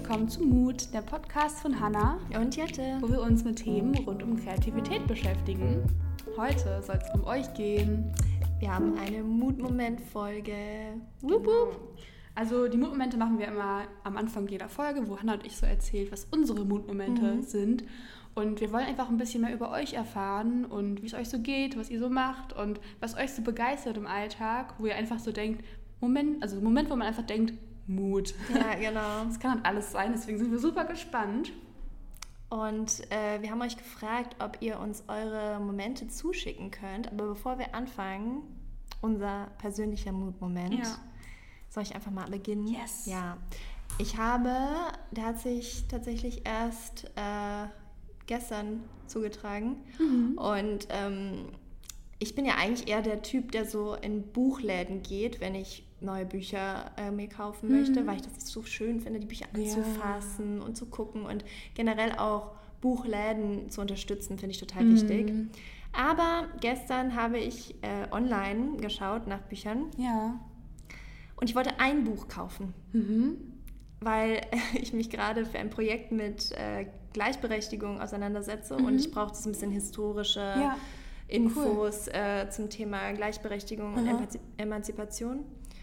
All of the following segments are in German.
willkommen zu Mut, der Podcast von Hannah und Jette, wo wir uns mit Themen rund um Kreativität beschäftigen. Heute soll es um euch gehen. Wir haben eine Mutmoment-Folge. Wup, wup. Also die Mutmomente machen wir immer am Anfang jeder Folge, wo Hannah und ich so erzählt, was unsere Mutmomente sind. Und wir wollen einfach ein bisschen mehr über euch erfahren und wie es euch so geht, was ihr so macht und was euch so begeistert im Alltag, wo ihr einfach so denkt, Moment, wo man einfach denkt, Mut. Ja, genau. Das kann halt alles sein, deswegen sind wir super gespannt. Und wir haben euch gefragt, ob ihr uns eure Momente zuschicken könnt. Aber bevor wir anfangen, unser persönlicher Mutmoment. Ja. Soll ich einfach mal beginnen? Yes. Ja. Der hat sich tatsächlich erst gestern zugetragen. Und ich bin ja eigentlich eher der Typ, der so in Buchläden geht, wenn ich neue Bücher mir kaufen möchte, weil ich das so schön finde, die Bücher anzufassen und zu gucken und generell auch Buchläden zu unterstützen, finde ich total wichtig. Aber gestern habe ich online geschaut nach Büchern und ich wollte ein Buch kaufen, weil ich mich gerade für ein Projekt mit Gleichberechtigung auseinandersetze und ich brauchte so ein bisschen historische Infos zum Thema Gleichberechtigung und Emanzipation.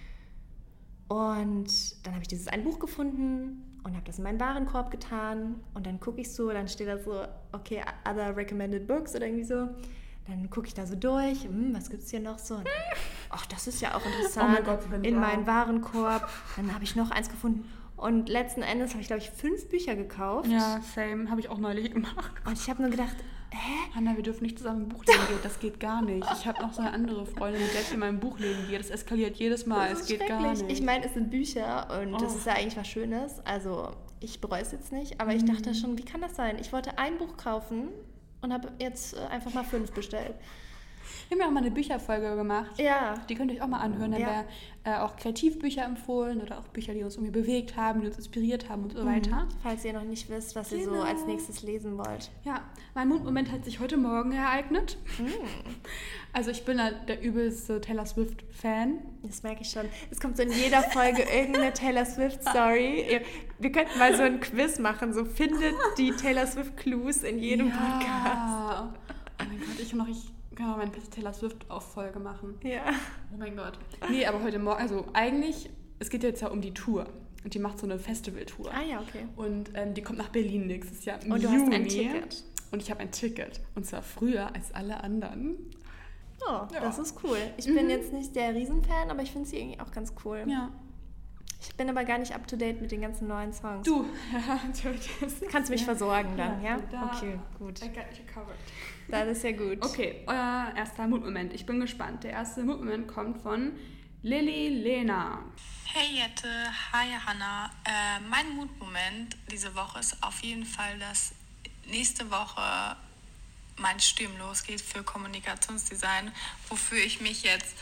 Und dann habe ich dieses ein Buch gefunden und habe das in meinen Warenkorb getan. Und dann gucke ich so, dann steht da so, okay, other recommended books oder irgendwie so. Dann gucke ich da so durch, was gibt es hier noch so? Und ach, das ist ja auch interessant. Oh mein Gott, in meinen Warenkorb. Dann habe ich noch eins gefunden. Und letzten Endes habe ich, glaube ich, 5 Bücher gekauft. Ja, same. Habe ich auch neulich gemacht. Und ich habe nur gedacht, Hannah, wir dürfen nicht zusammen im Buchladen gehen. Das geht gar nicht. Ich habe noch so eine andere Freundin, mit der ich in meinem Buchladen gehe. Das eskaliert jedes Mal. Es geht gar nicht. Ich meine, es sind Bücher und das ist ja eigentlich was Schönes. Also ich bereue es jetzt nicht. Aber ich dachte schon, wie kann das sein? Ich wollte ein Buch kaufen und habe jetzt einfach mal 5 bestellt. Wir haben ja auch mal eine Bücherfolge gemacht. Ja. Die könnt ihr euch auch mal anhören. Da haben wir auch Kreativbücher empfohlen oder auch Bücher, die uns irgendwie bewegt haben, die uns inspiriert haben und so weiter. Falls ihr noch nicht wisst, was ihr so als nächstes lesen wollt. Ja, mein Mutmoment hat sich heute Morgen ereignet. Also ich bin der übelste Taylor Swift-Fan. Das merke ich schon. Es kommt so in jeder Folge irgendeine Taylor Swift-Story. Wir könnten mal so ein Quiz machen, so findet die Taylor Swift-Clues in jedem Podcast. Oh mein Gott, ich kann auch meine Taylor Swift-Folge machen. Ja. Oh mein Gott. Nee, aber heute Morgen, also eigentlich, es geht jetzt ja um die Tour. Und die macht so eine Festivaltour. Ah ja, okay. Und die kommt nach Berlin nächstes Jahr im Und du Juni. hast ein Ticket. Und ich habe ein Ticket. Und zwar früher als alle anderen. Oh, das ist cool. Ich bin jetzt nicht der Riesenfan, aber ich finde sie irgendwie auch ganz cool. Ja. Ich bin aber gar nicht up to date mit den ganzen neuen Songs. Du, kannst du mich versorgen dann, ja? Okay, gut. I got you covered. Das ist ja gut. Okay, euer erster Mutmoment. Ich bin gespannt. Der erste Mutmoment kommt von Lilly Lena. Hey Jette, hi Hannah. Mein Mutmoment diese Woche ist auf jeden Fall, dass nächste Woche mein Studium losgeht für Kommunikationsdesign, wofür ich mich jetzt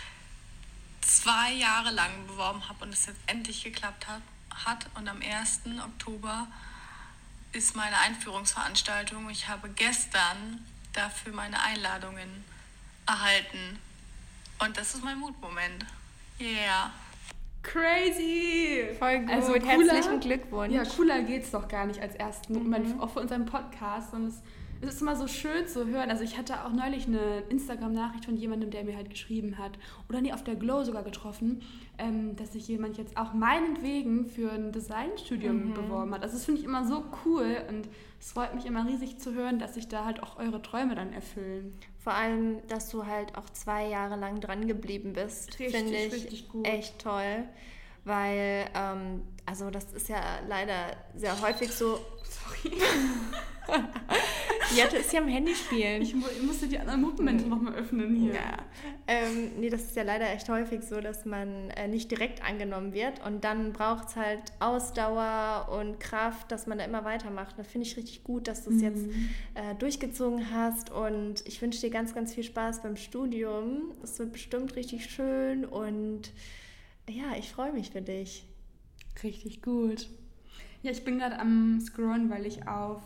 2 Jahre lang beworben habe und es jetzt endlich geklappt hat. Und am 1. Oktober ist meine Einführungsveranstaltung. Ich habe gestern dafür meine Einladungen erhalten. Und das ist mein Mutmoment. Yeah. Crazy! Voll gut, also herzlichen Glückwunsch. Ja, cooler geht's doch gar nicht als ersten Moment, auch für unseren Podcast. Und es ist immer so schön zu hören. Also ich hatte auch neulich eine Instagram-Nachricht von jemandem, der mir halt geschrieben hat, oder auf der Glow sogar getroffen, dass sich jemand jetzt auch meinetwegen für ein Designstudium beworben hat. Also das finde ich immer so cool und es freut mich immer riesig zu hören, dass sich da halt auch eure Träume dann erfüllen. Vor allem, dass du halt auch 2 Jahre lang dran geblieben bist, finde ich gut. echt toll. Weil, also das ist ja leider sehr häufig so... Sorry. Jette ist ja am Handy spielen. Ich musste die anderen Momente nochmal öffnen hier. Ja. Nee, das ist ja leider echt häufig so, dass man nicht direkt angenommen wird und dann braucht es halt Ausdauer und Kraft, dass man da immer weitermacht. Da finde ich richtig gut, dass du es jetzt durchgezogen hast und ich wünsche dir ganz, ganz viel Spaß beim Studium. Es wird bestimmt richtig schön und ja, ich freue mich für dich. Richtig gut. Ja, ich bin gerade am Scrollen, weil ich auf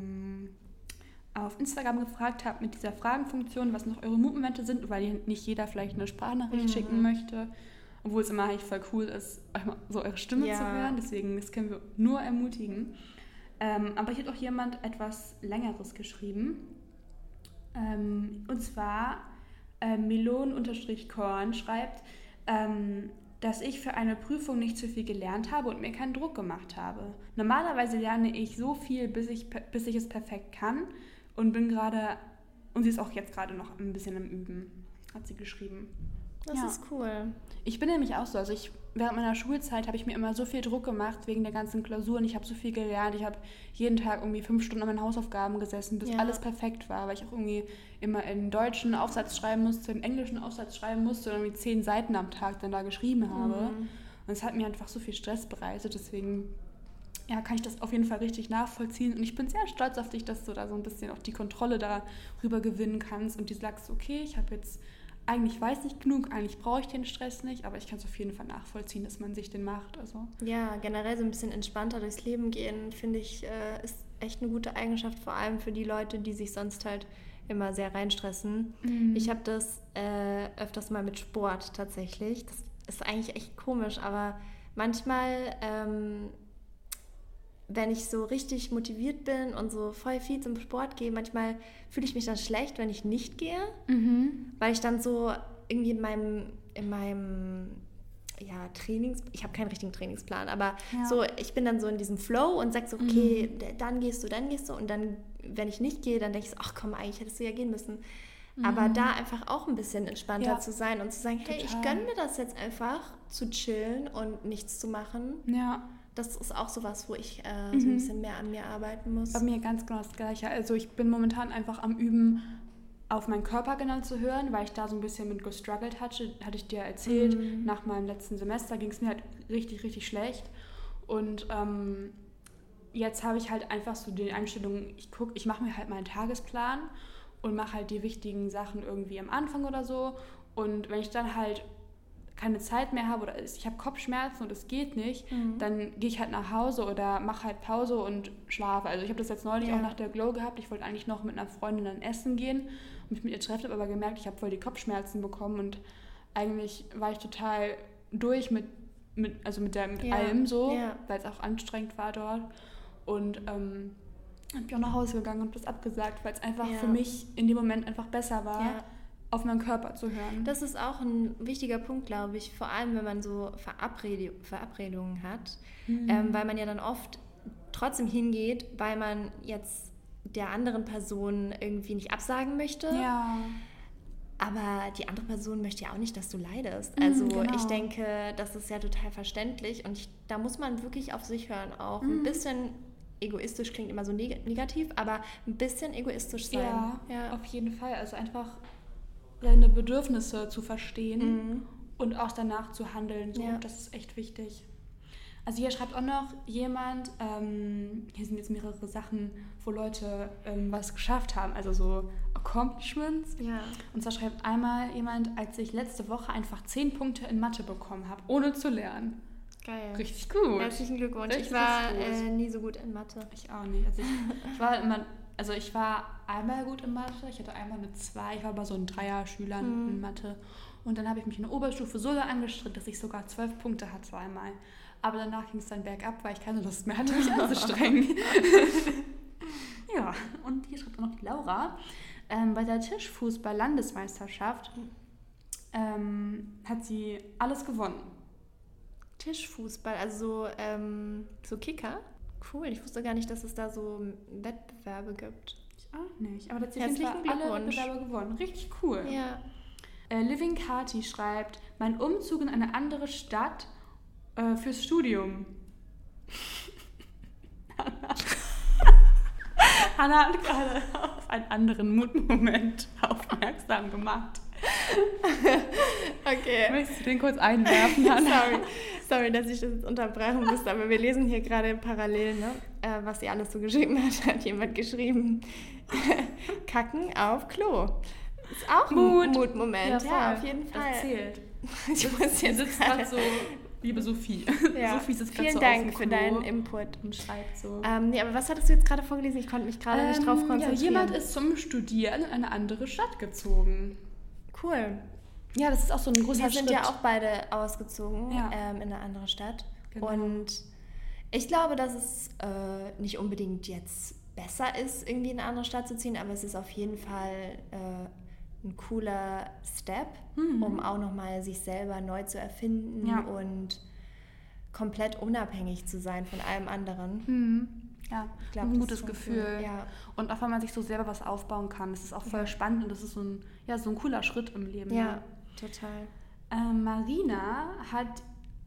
Instagram gefragt habe mit dieser Fragenfunktion, was noch eure Mutmomente sind, weil nicht jeder vielleicht eine Sprachnachricht schicken möchte. obwohl es immer eigentlich voll cool ist, so eure Stimme zu hören. Deswegen, das können wir nur ermutigen. Aber hier hat auch jemand etwas Längeres geschrieben. Und zwar Melon-Korn schreibt, dass ich für eine Prüfung nicht zu viel gelernt habe und mir keinen Druck gemacht habe. Normalerweise lerne ich so viel, bis ich es perfekt kann und sie ist auch jetzt gerade noch ein bisschen am Üben, hat sie geschrieben. Das ist cool. Ich bin nämlich auch so, also während meiner Schulzeit habe ich mir immer so viel Druck gemacht wegen der ganzen Klausuren. Ich habe so viel gelernt. Ich habe jeden Tag irgendwie 5 Stunden an meinen Hausaufgaben gesessen, bis alles perfekt war, weil ich auch irgendwie immer im deutschen Aufsatz schreiben musste, im englischen Aufsatz schreiben musste und irgendwie 10 Seiten am Tag dann da geschrieben habe. Und es hat mir einfach so viel Stress bereitet. Deswegen kann ich das auf jeden Fall richtig nachvollziehen. Und ich bin sehr stolz auf dich, dass du da so ein bisschen auch die Kontrolle darüber gewinnen kannst und die sagst, okay, ich habe jetzt eigentlich weiß ich genug, eigentlich brauche ich den Stress nicht, aber ich kann es auf jeden Fall nachvollziehen, dass man sich den macht. Also. Ja, generell so ein bisschen entspannter durchs Leben gehen, finde ich, ist echt eine gute Eigenschaft, vor allem für die Leute, die sich sonst halt immer sehr reinstressen. Ich habe das öfters mal mit Sport tatsächlich. Das ist eigentlich echt komisch, aber manchmal, wenn ich so richtig motiviert bin und so voll viel zum Sport gehe, manchmal fühle ich mich dann schlecht, wenn ich nicht gehe, weil ich dann so irgendwie in meinem ich habe keinen richtigen Trainingsplan, aber so, ich bin dann so in diesem Flow und sag so, okay, dann gehst du und dann, wenn ich nicht gehe, dann denke ich so, ach komm, eigentlich hättest du ja gehen müssen. Aber da einfach auch ein bisschen entspannter zu sein und zu sagen, hey, ich gönne mir das jetzt einfach, zu chillen und nichts zu machen. Ja. Das ist auch sowas, wo ich so ein bisschen mehr an mir arbeiten muss. Bei mir ganz genau das Gleiche. Also ich bin momentan einfach am Üben, auf meinen Körper genau zu hören, weil ich da so ein bisschen mit gestruggelt hatte ich dir erzählt. Nach meinem letzten Semester ging es mir halt richtig, richtig schlecht. Und jetzt habe ich halt einfach so die Einstellung, ich mache mir halt meinen Tagesplan und mache halt die wichtigen Sachen irgendwie am Anfang oder so. Und wenn ich dann halt keine Zeit mehr habe oder ich habe Kopfschmerzen und es geht nicht, dann gehe ich halt nach Hause oder mache halt Pause und schlafe. Also ich habe das jetzt neulich auch nach der Glow gehabt. Ich wollte eigentlich noch mit einer Freundin dann essen gehen und mich mit ihr treffen, habe aber gemerkt, ich habe voll die Kopfschmerzen bekommen und eigentlich war ich total durch mit allem so, weil es auch anstrengend war dort. Und bin ich auch nach Hause gegangen und das abgesagt, weil es einfach für mich in dem Moment einfach besser war, auf meinen Körper zu hören. Das ist auch ein wichtiger Punkt, glaube ich, vor allem wenn man so Verabredungen hat, weil man ja dann oft trotzdem hingeht, weil man jetzt der anderen Person irgendwie nicht absagen möchte. Ja. Aber die andere Person möchte ja auch nicht, dass du leidest. Also ich denke, das ist ja total verständlich und da muss man wirklich auf sich hören auch. Ein bisschen egoistisch klingt immer so negativ, aber ein bisschen egoistisch sein. Ja, auf jeden Fall. Also einfach seine Bedürfnisse zu verstehen und auch danach zu handeln. So, das ist echt wichtig. Also hier schreibt auch noch jemand, hier sind jetzt mehrere Sachen, wo Leute was geschafft haben, also so Accomplishments. Ja. Und zwar schreibt einmal jemand, als ich letzte Woche einfach 10 Punkte in Mathe bekommen habe, ohne zu lernen. Geil. Richtig gut. Herzlichen Glückwunsch. Ich war nie so gut in Mathe. Ich auch nicht. Also ich war einmal gut in Mathe, ich hatte einmal eine 2, ich war aber so ein Dreier-Schüler in Mathe. Und dann habe ich mich in der Oberstufe so angestrengt, dass ich sogar 12 Punkte hatte einmal. Aber danach ging es dann bergab, weil ich keine Lust mehr hatte, mich anzustrengen. Ja, und hier schreibt auch noch die Laura. Bei der Tischfußball-Landesmeisterschaft hat sie alles gewonnen. Tischfußball, also so Kicker? Cool, ich wusste gar nicht, dass es da so Wettbewerbe gibt. Ich auch nicht, aber das hat sie alle Wettbewerbe gewonnen. Richtig cool. Ja. Living Kati schreibt, mein Umzug in eine andere Stadt fürs Studium. Hannah hat gerade auf einen anderen Mutmoment aufmerksam gemacht. Okay. Möchtest du den kurz einwerfen, Hannah? Sorry, dass ich das jetzt unterbrechen musste, aber wir lesen hier gerade parallel, was sie alles so geschrieben hat jemand geschrieben. Kacken auf Klo. Ist auch ein Mutmoment. Ja, auf jeden Fall. Das zählt. Ich muss jetzt sitzt gerade so, liebe Sophie. Ja. Sophie sitzt gerade so Vielen auf dem Dank für Klo deinen Input. Und schreibt so. Nee, aber was hattest du jetzt gerade vorgelesen? Ich konnte mich gerade nicht drauf konzentrieren. Ja, jemand ist zum Studieren in eine andere Stadt gezogen. Cool. Ja, das ist auch so ein großer Schritt. Wir sind ja auch beide ausgezogen in eine andere Stadt. Genau. Und ich glaube, dass es nicht unbedingt jetzt besser ist, irgendwie in eine andere Stadt zu ziehen, aber es ist auf jeden Fall ein cooler Step, um auch nochmal sich selber neu zu erfinden und komplett unabhängig zu sein von allem anderen. Ja, ich glaub, ein gutes Gefühl. Cool. Ja. Und auch wenn man sich so selber was aufbauen kann, das ist auch voll spannend und das ist so ein cooler Schritt im Leben. Ja, total. Marina hat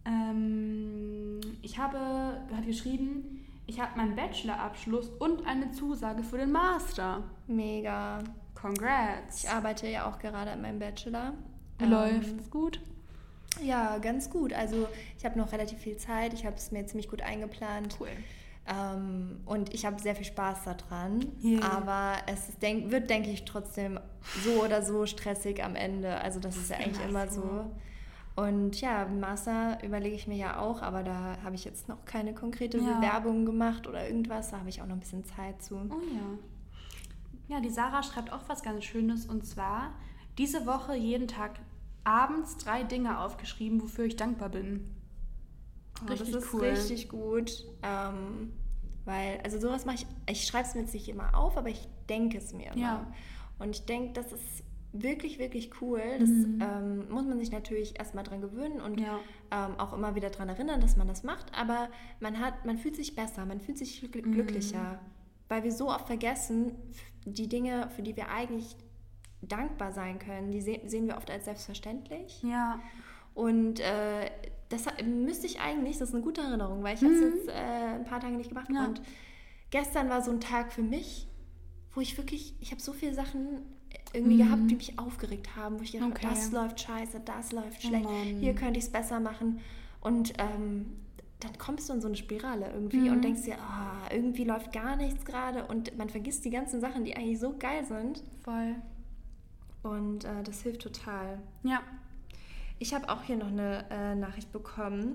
geschrieben, ich habe meinen Bachelorabschluss und eine Zusage für den Master. Mega. Congrats. Ich arbeite ja auch gerade an meinem Bachelor. Läuft's gut? Ja, ganz gut. Also ich habe noch relativ viel Zeit. Ich habe es mir ziemlich gut eingeplant. Cool. Und ich habe sehr viel Spaß daran. Yeah. Aber es wird, denke ich, trotzdem so oder so stressig am Ende. Also das ist ja eigentlich immer so. Und ja, Master überlege ich mir ja auch, aber da habe ich jetzt noch keine konkrete Bewerbung gemacht oder irgendwas. Da habe ich auch noch ein bisschen Zeit zu. Oh ja. Ja, die Sarah schreibt auch was ganz Schönes und zwar diese Woche jeden Tag abends 3 Dinge aufgeschrieben, wofür ich dankbar bin. Richtig das ist cool. Richtig gut, weil, also sowas mache ich schreibe es mir jetzt nicht immer auf, aber ich denke es mir immer. Ja. Und ich denke, das ist wirklich, wirklich cool. Das muss man sich natürlich erstmal dran gewöhnen und auch immer wieder dran erinnern, dass man das macht, aber man fühlt sich besser, man fühlt sich glücklicher, weil wir so oft vergessen, die Dinge, für die wir eigentlich dankbar sein können, die sehen wir oft als selbstverständlich. Ja. Und das müsste ich eigentlich, das ist eine gute Erinnerung, weil ich habe es jetzt ein paar Tage nicht gemacht. Ja. Und gestern war so ein Tag für mich, wo ich habe so viele Sachen irgendwie gehabt, die mich aufgeregt haben, wo ich gedacht habe, das läuft scheiße, das läuft schlecht, hier könnte ich es besser machen. Und dann kommst du in so eine Spirale irgendwie und denkst dir, irgendwie läuft gar nichts gerade und man vergisst die ganzen Sachen, die eigentlich so geil sind. Voll. Und das hilft total. Ja. Ich habe auch hier noch eine Nachricht bekommen,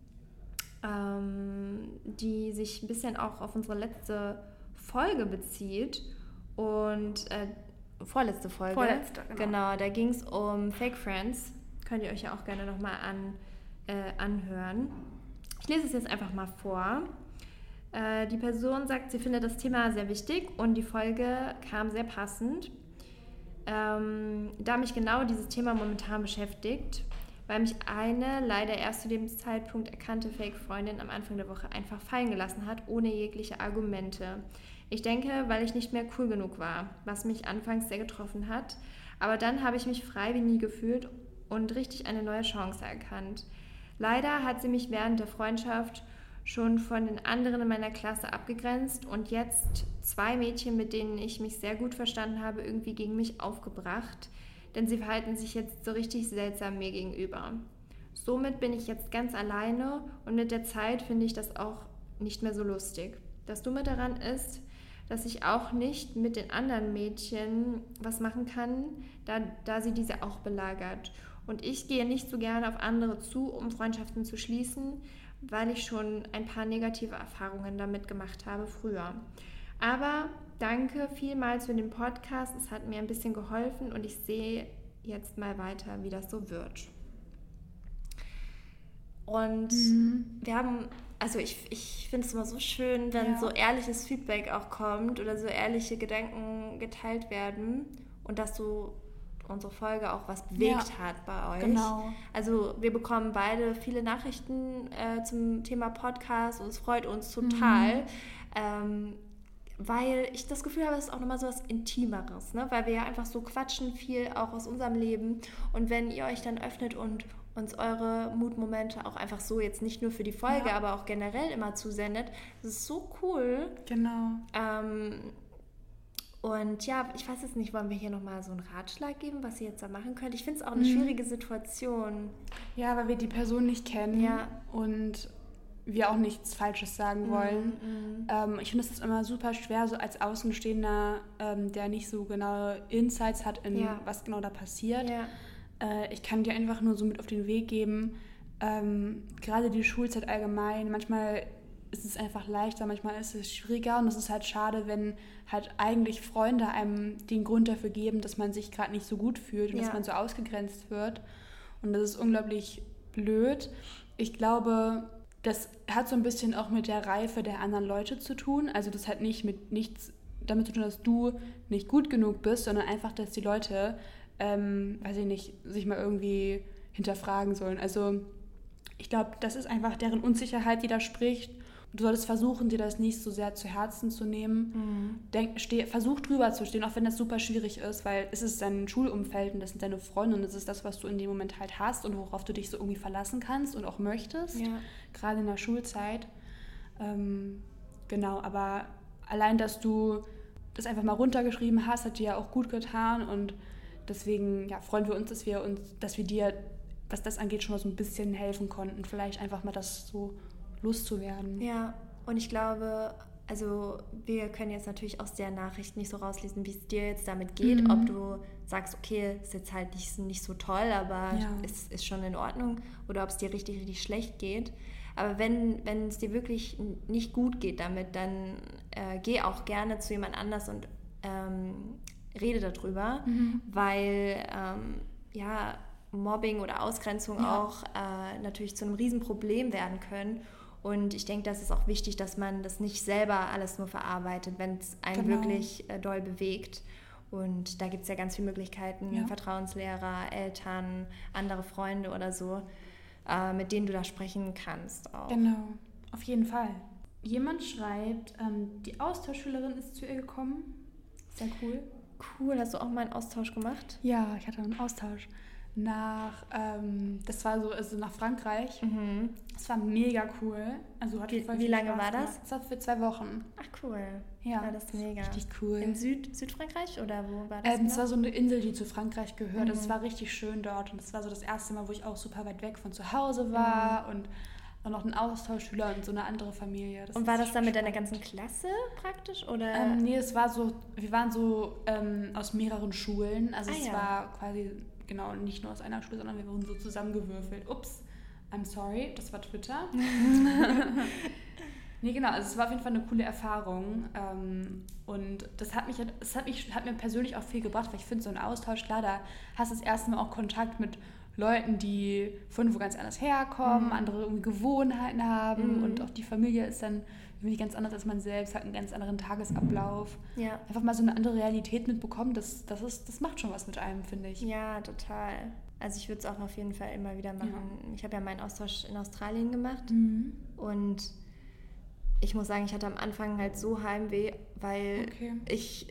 die sich ein bisschen auch auf unsere letzte Folge bezieht. Und vorletzte Folge. Genau, da ging es um Fake Friends. Könnt ihr euch ja auch gerne nochmal anhören. Ich lese es jetzt einfach mal vor. Die Person sagt, sie findet das Thema sehr wichtig und die Folge kam sehr passend. Da mich genau dieses Thema momentan beschäftigt, weil mich eine leider erst zu dem Zeitpunkt erkannte Fake-Freundin am Anfang der Woche einfach fallen gelassen hat, ohne jegliche Argumente. Ich denke, weil ich nicht mehr cool genug war, was mich anfangs sehr getroffen hat, aber dann habe ich mich frei wie nie gefühlt und richtig eine neue Chance erkannt. Leider hat sie mich während der Freundschaft schon von den anderen in meiner Klasse abgegrenzt und jetzt 2 Mädchen, mit denen ich mich sehr gut verstanden habe, irgendwie gegen mich aufgebracht, denn sie verhalten sich jetzt so richtig seltsam mir gegenüber. Somit bin ich jetzt ganz alleine und mit der Zeit finde ich das auch nicht mehr so lustig. Das Dumme daran ist, dass ich auch nicht mit den anderen Mädchen was machen kann, da sie diese auch belagert. Und ich gehe nicht so gerne auf andere zu, um Freundschaften zu schließen, weil ich schon ein paar negative Erfahrungen damit gemacht habe früher. Aber danke vielmals für den Podcast, es hat mir ein bisschen geholfen und ich sehe jetzt mal weiter, wie das so wird. Und wir haben, also ich finde es immer so schön, wenn so ehrliches Feedback auch kommt oder so ehrliche Gedanken geteilt werden und dass so unsere Folge auch was bewegt hat bei euch. Genau. Also wir bekommen beide viele Nachrichten zum Thema Podcast und es freut uns total, weil ich das Gefühl habe, es ist auch nochmal so was Intimeres, ne? Weil wir ja einfach so quatschen viel auch aus unserem Leben und wenn ihr euch dann öffnet und uns eure Mutmomente auch einfach so jetzt nicht nur für die Folge, aber auch generell immer zusendet, das ist so cool. Genau. Und ja, ich weiß jetzt nicht, wollen wir hier nochmal so einen Ratschlag geben, was ihr jetzt da machen könnt? Ich finde es auch eine schwierige Situation. Ja, weil wir die Person nicht kennen und wir auch nichts Falsches sagen wollen. Ich finde, es ist immer super schwer, so als Außenstehender, der nicht so genau Insights hat in was genau da passiert. Ja. Ich kann dir einfach nur so mit auf den Weg geben, gerade die Schulzeit allgemein, manchmal ist es einfach leichter, manchmal ist es schwieriger und es ist halt schade, wenn halt eigentlich Freunde einem den Grund dafür geben, dass man sich gerade nicht so gut fühlt und dass man so ausgegrenzt wird. Und das ist unglaublich blöd. Ich glaube, das hat so ein bisschen auch mit der Reife der anderen Leute zu tun. Also das hat nichts damit zu tun, dass du nicht gut genug bist, sondern einfach, dass die Leute, weiß ich nicht, sich mal irgendwie hinterfragen sollen. Also ich glaube, das ist einfach deren Unsicherheit, die da spricht. Du solltest versuchen, dir das nicht so sehr zu Herzen zu nehmen. Versuch drüber zu stehen, auch wenn das super schwierig ist, weil es ist dein Schulumfeld und das sind deine Freunde und das ist das, was du in dem Moment halt hast und worauf du dich so irgendwie verlassen kannst und auch möchtest, gerade in der Schulzeit. Genau, aber allein, dass du das einfach mal runtergeschrieben hast, hat dir ja auch gut getan und deswegen freuen wir uns, dass wir dir, was das angeht, schon mal so ein bisschen helfen konnten, vielleicht einfach mal das so loszuwerden. Ja, und ich glaube, also wir können jetzt natürlich aus der Nachricht nicht so rauslesen, wie es dir jetzt damit geht, ob du sagst, okay, ist jetzt halt nicht so toll, aber es ist schon in Ordnung, oder ob es dir richtig, richtig schlecht geht. Aber wenn es dir wirklich nicht gut geht damit, dann geh auch gerne zu jemand anders und rede darüber, weil Mobbing oder Ausgrenzung auch natürlich zu einem Riesenproblem werden können. Und ich denke, das ist auch wichtig, dass man das nicht selber alles nur verarbeitet, wenn es einen wirklich doll bewegt. Und da gibt es ja ganz viele Möglichkeiten, Vertrauenslehrer, Eltern, andere Freunde oder so, mit denen du da sprechen kannst auch. Genau, auf jeden Fall. Jemand schreibt, die Austauschschülerin ist zu ihr gekommen. Sehr cool. Cool, hast du auch mal einen Austausch gemacht? Ja, ich hatte einen Austausch. Das war so, also nach Frankreich. Das war mega cool. Also wie lange war das? Das war für 2 Wochen. Ach cool. Ja, war das mega. Richtig cool. In Südfrankreich oder wo war das? Es war so eine Insel, die zu Frankreich gehört. Es war richtig schön dort und es war so das erste Mal, wo ich auch super weit weg von zu Hause war und auch noch ein Austauschschüler und so eine andere Familie. Und war das dann mit deiner ganzen Klasse praktisch? Oder? Nee, es war so, wir waren so aus mehreren Schulen. Also es war quasi, genau, nicht nur aus einer Schule, sondern wir wurden so zusammengewürfelt. Ups, I'm sorry, das war Twitter. Nee, genau, also es war auf jeden Fall eine coole Erfahrung. Und das hat mir persönlich auch viel gebracht, weil ich finde, so ein Austausch, klar, da hast du das erste Mal auch Kontakt mit Leuten, die von wo ganz anders herkommen, andere irgendwie Gewohnheiten haben und auch die Familie ist dann irgendwie ganz anders als man selbst, hat einen ganz anderen Tagesablauf. Ja. Einfach mal so eine andere Realität mitbekommen, das macht schon was mit einem, finde ich. Ja, total. Also ich würde es auch auf jeden Fall immer wieder machen. Ja. Ich habe ja meinen Austausch in Australien gemacht und ich muss sagen, ich hatte am Anfang halt so Heimweh, weil ich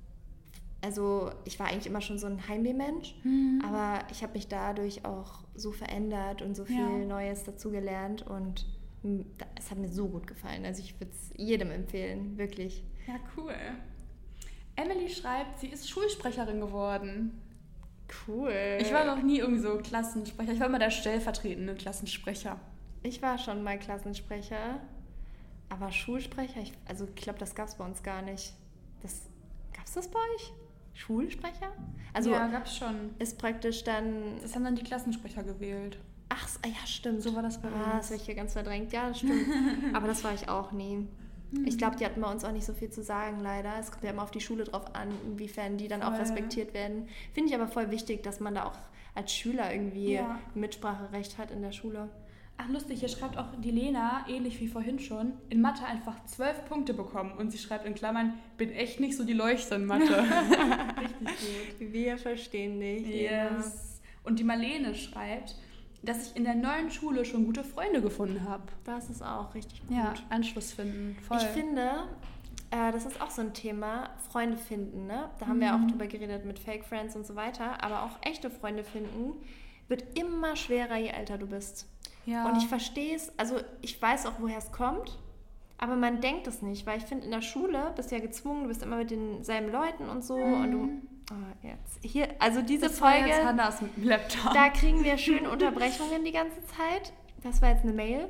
war eigentlich immer schon so ein Heimweh-Mensch, aber ich habe mich dadurch auch so verändert und so viel Neues dazugelernt und es hat mir so gut gefallen. Also ich würde es jedem empfehlen, wirklich. Ja, cool. Emily schreibt, sie ist Schulsprecherin geworden. Cool. Ich war noch nie irgendwie so Klassensprecher. Ich war immer der stellvertretende Klassensprecher. Ich war schon mal Klassensprecher, aber Schulsprecher, ich glaube, das gab es bei uns gar nicht. Gab es das bei euch? Schulsprecher? Also ja, gab's schon. Ist praktisch dann... Das haben dann die Klassensprecher gewählt. Ach, ja, stimmt. So war das bei uns. Das habe ich hier ganz verdrängt. Ja, das stimmt. Aber das war ich auch nie. Ich glaube, die hatten bei uns auch nicht so viel zu sagen, leider. Es kommt ja immer auf die Schule drauf an, inwiefern die dann auch respektiert werden. Finde ich aber voll wichtig, dass man da auch als Schüler irgendwie Mitspracherecht hat in der Schule. Ach, lustig, hier schreibt auch die Lena, ähnlich wie vorhin schon, in Mathe einfach 12 Punkte bekommen. Und sie schreibt in Klammern, bin echt nicht so die Leuchte in Mathe. Richtig gut. Wir verstehen dich. Yes. Und die Marlene schreibt, dass ich in der neuen Schule schon gute Freunde gefunden habe. Das ist auch richtig gut. Ja, Anschluss finden, voll. Ich finde, das ist auch so ein Thema, Freunde finden, ne? Da haben wir auch drüber geredet mit Fake Friends und so weiter. Aber auch echte Freunde finden wird immer schwerer, je älter du bist. Ja. Und ich verstehe es, also ich weiß auch, woher es kommt, aber man denkt es nicht, weil ich finde, in der Schule bist du ja gezwungen, du bist immer mit denselben Leuten und so und du, jetzt hier, also diese das Folge, jetzt Hannas mit dem Laptop. Da kriegen wir schön Unterbrechungen die ganze Zeit, das war jetzt eine Mail,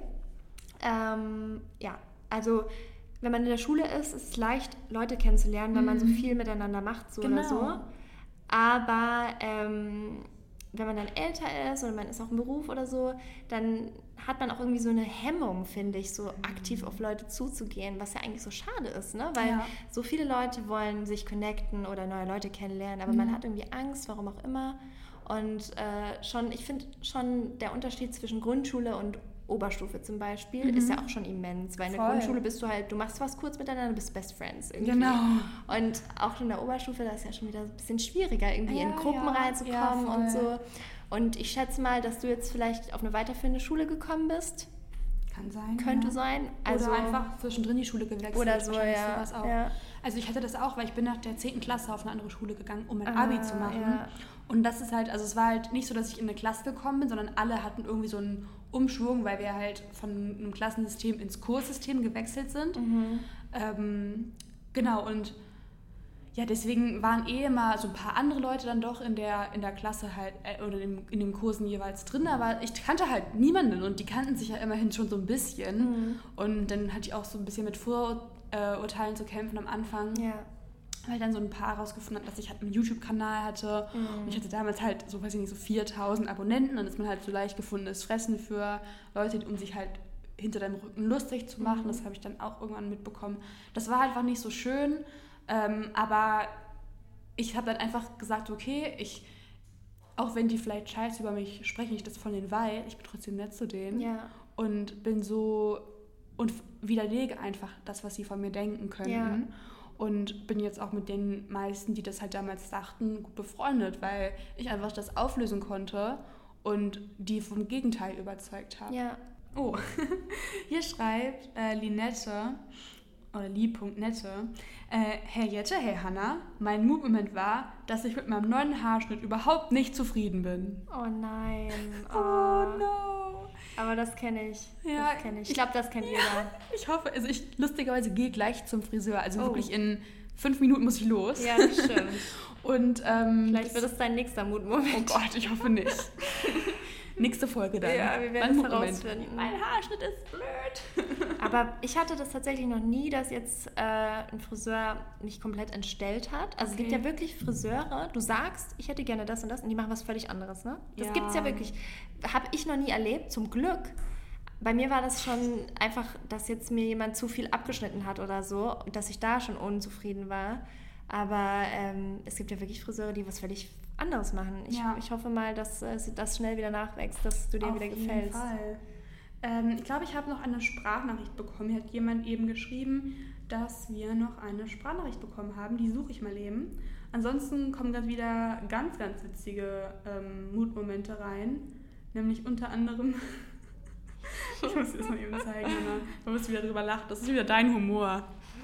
also wenn man in der Schule ist es leicht, Leute kennenzulernen, weil man so viel miteinander macht, so oder so, aber wenn man dann älter ist oder man ist auch im Beruf oder so, dann hat man auch irgendwie so eine Hemmung, finde ich, so aktiv auf Leute zuzugehen, was ja eigentlich so schade ist, ne? Weil so viele Leute wollen sich connecten oder neue Leute kennenlernen, aber man hat irgendwie Angst, warum auch immer. Und ich finde schon, der Unterschied zwischen Grundschule und Oberstufe zum Beispiel ist ja auch schon immens, weil in der Grundschule bist du halt, du machst was kurz miteinander, bist Best Friends irgendwie. Genau. Und auch in der Oberstufe, da ist ja schon wieder ein bisschen schwieriger, irgendwie in Gruppen reinzukommen und so. Und ich schätze mal, dass du jetzt vielleicht auf eine weiterführende Schule gekommen bist. Kann sein. Könnte sein. Also, oder einfach zwischendrin die Schule gewechselt. Oder so, sowas auch. Also ich hatte das auch, weil ich bin nach der 10. Klasse auf eine andere Schule gegangen, um mein Abi zu machen. Ja. Und das ist halt, also es war halt nicht so, dass ich in eine Klasse gekommen bin, sondern alle hatten irgendwie so einen Umschwung, weil wir halt von einem Klassensystem ins Kurssystem gewechselt sind. Genau, und ja, deswegen waren immer so ein paar andere Leute dann doch in der Klasse halt, oder in den Kursen jeweils drin, aber ich kannte halt niemanden und die kannten sich ja immerhin schon so ein bisschen. Und dann hatte ich auch so ein bisschen mit Vorurteilen zu kämpfen am Anfang. Ja. Weil dann so ein paar rausgefunden hat, dass ich halt einen YouTube-Kanal hatte. Und ich hatte damals halt so, weiß ich nicht, so 4.000 Abonnenten. Dann ist man halt so leicht gefundenes Fressen für Leute, um sich halt hinter deinem Rücken lustig zu machen. Das habe ich dann auch irgendwann mitbekommen. Das war einfach nicht so schön. Aber ich habe dann einfach gesagt, okay, auch wenn die vielleicht scheiße über mich sprechen, ich das von denen weiß, ich bin trotzdem nett zu denen. Ja. Und bin so und widerlege einfach das, was sie von mir denken könnten. Ja. Und bin jetzt auch mit den meisten, die das halt damals dachten, gut befreundet, weil ich einfach das auflösen konnte und die vom Gegenteil überzeugt habe. Ja. Oh, hier schreibt Linette, oder Lie.nette, Herr Jette, hey Hannah, mein Moodmoment war, dass ich mit meinem neuen Haarschnitt überhaupt nicht zufrieden bin. Oh nein. Oh no. Aber das kenne ich. Ja, das kenne ich. Ich glaube, das kennt jeder. Ich hoffe, also ich lustigerweise gehe gleich zum Friseur. Also wirklich in 5 Minuten muss ich los. Ja, das stimmt. Und vielleicht wird es dein nächster Moodmoment. Oh Gott, ich hoffe nicht. Nächste Folge dann. Ja, wir werden es herausfinden. Mein Haarschnitt ist blöd. Aber ich hatte das tatsächlich noch nie, dass jetzt ein Friseur mich komplett entstellt hat. Also es gibt ja wirklich Friseure, du sagst, ich hätte gerne das und das und die machen was völlig anderes, ne? Das gibt's ja wirklich. Habe ich noch nie erlebt, zum Glück. Bei mir war das schon einfach, dass jetzt mir jemand zu viel abgeschnitten hat oder so, dass ich da schon unzufrieden war. Aber es gibt ja wirklich Friseure, die was völlig anderes machen. Ich hoffe mal, dass das schnell wieder nachwächst, dass du dir wieder gefällst. Auf jeden Fall. Ich glaube, ich habe noch eine Sprachnachricht bekommen. Hier hat jemand eben geschrieben, dass wir noch eine Sprachnachricht bekommen haben. Die suche ich mal eben. Ansonsten kommen gerade wieder ganz, ganz witzige Moodmomente rein. Nämlich unter anderem... Ich muss dir das mal eben zeigen, Anna. Du wirst wieder drüber lachen. Das ist wieder dein Humor.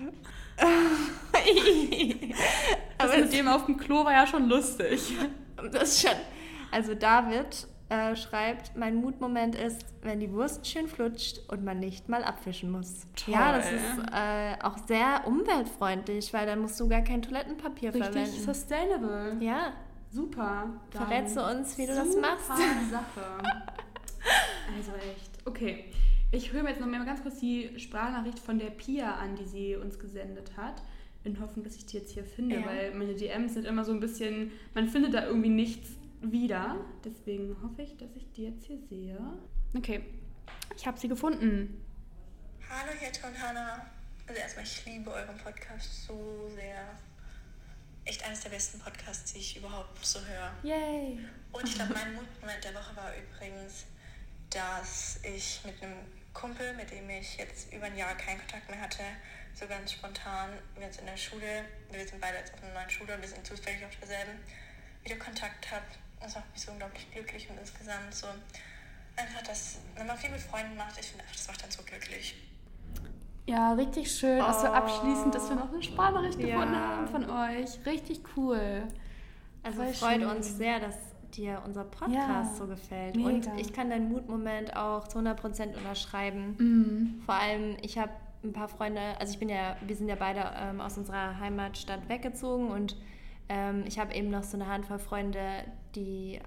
Das mit dem auf dem Klo war ja schon lustig. Das schon. Also David schreibt, mein Moodmoment ist, wenn die Wurst schön flutscht und man nicht mal abwischen muss. Toll. Ja, das ist auch sehr umweltfreich, weil dann musst du gar kein Toilettenpapier verwenden. Richtig sustainable. Ja. Super. Verrätst du uns, wie du das machst? Super Sache. Also echt. Okay. Ich höre mir jetzt noch mal ganz kurz die Sprachnachricht von der Pia an, die sie uns gesendet hat. In Hoffnung, dass ich die jetzt hier finde, weil meine DMs sind immer so ein bisschen, man findet da irgendwie nichts wieder. Deswegen hoffe ich, dass ich die jetzt hier sehe. Okay, ich habe sie gefunden. Hallo Jette und Hannah. Also erstmal, ich liebe euren Podcast so sehr. Echt eines der besten Podcasts, die ich überhaupt so höre. Yay! Und ich glaube, mein Moodmoment der Woche war übrigens, dass ich mit einem Kumpel, mit dem ich jetzt über ein Jahr keinen Kontakt mehr hatte, so ganz spontan jetzt in der Schule, wir sind beide jetzt auf einer neuen Schule und wir sind zufällig auf derselben, wieder Kontakt habe. Das macht mich so unglaublich glücklich und insgesamt so einfach, dass, wenn man viel mit Freunden macht, ich finde, das macht dann so glücklich. Ja, richtig schön. Also abschließend, dass wir noch eine Sprachnachricht gefunden haben von euch. Richtig cool. Also es freut uns sehr, dass dir unser Podcast so gefällt. Mega. Und ich kann deinen Mutmoment auch zu 100% unterschreiben. Vor allem, ich habe ein paar Freunde, also wir sind ja beide aus unserer Heimatstadt weggezogen und ich habe eben noch so eine Handvoll Freunde, die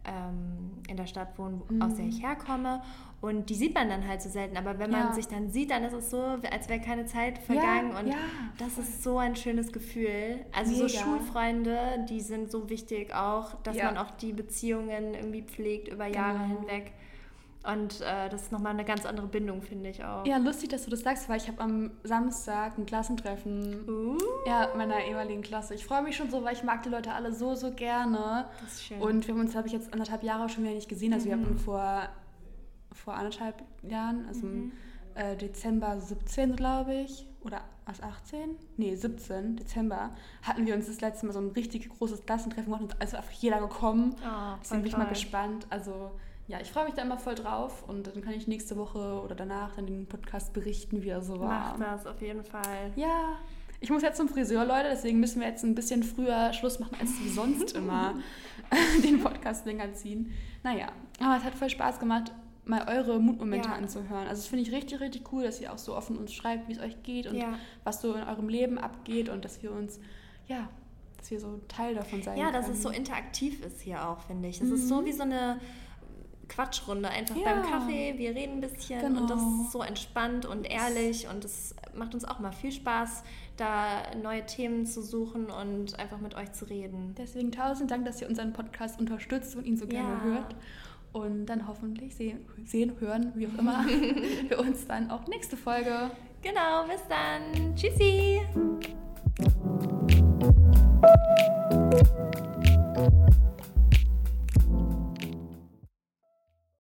in der Stadt wohnen, aus der ich herkomme. Und die sieht man dann halt so selten. Aber wenn man sich dann sieht, dann ist es so, als wäre keine Zeit vergangen. Und das ist so ein schönes Gefühl. Also so Schulfreunde, die sind so wichtig auch, dass man auch die Beziehungen irgendwie pflegt über Jahre hinweg. Und das ist nochmal eine ganz andere Bindung, finde ich auch. Ja, lustig, dass du das sagst, weil ich habe am Samstag ein Klassentreffen meiner ehemaligen Klasse. Ich freue mich schon so, weil ich mag die Leute alle so, so gerne. Das ist schön. Und wir haben uns, glaube ich, jetzt 1,5 Jahre schon wieder nicht gesehen. Also wir haben vor 1,5 Jahren, also im Dezember 17, glaube ich, oder was, 18? Nee, 17, Dezember, hatten wir uns das letzte Mal so ein richtig großes Klassentreffen gemacht und also einfach jeder gekommen. Deswegen bin ich mal gespannt. Also ja, ich freue mich da immer voll drauf und dann kann ich nächste Woche oder danach dann den Podcast berichten, wie er so war. Mach das, auf jeden Fall. Ja, ich muss jetzt zum Friseur, Leute, deswegen müssen wir jetzt ein bisschen früher Schluss machen, als wir sonst immer den Podcast länger ziehen. Naja, aber es hat voll Spaß gemacht, mal eure Mutmomente anzuhören. Also das finde ich richtig, richtig cool, dass ihr auch so offen uns schreibt, wie es euch geht und was so in eurem Leben abgeht und dass wir uns, dass wir so Teil davon sein können. Ja, dass es so interaktiv ist hier auch, finde ich. Das ist so wie so eine Quatschrunde, einfach beim Kaffee, wir reden ein bisschen und das ist so entspannt und ehrlich und es macht uns auch mal viel Spaß, da neue Themen zu suchen und einfach mit euch zu reden. Deswegen 1000 Dank, dass ihr unseren Podcast unterstützt und ihn so gerne hört und dann hoffentlich sehen, hören, wie auch immer, wir uns dann auch nächste Folge. Genau, bis dann. Tschüssi!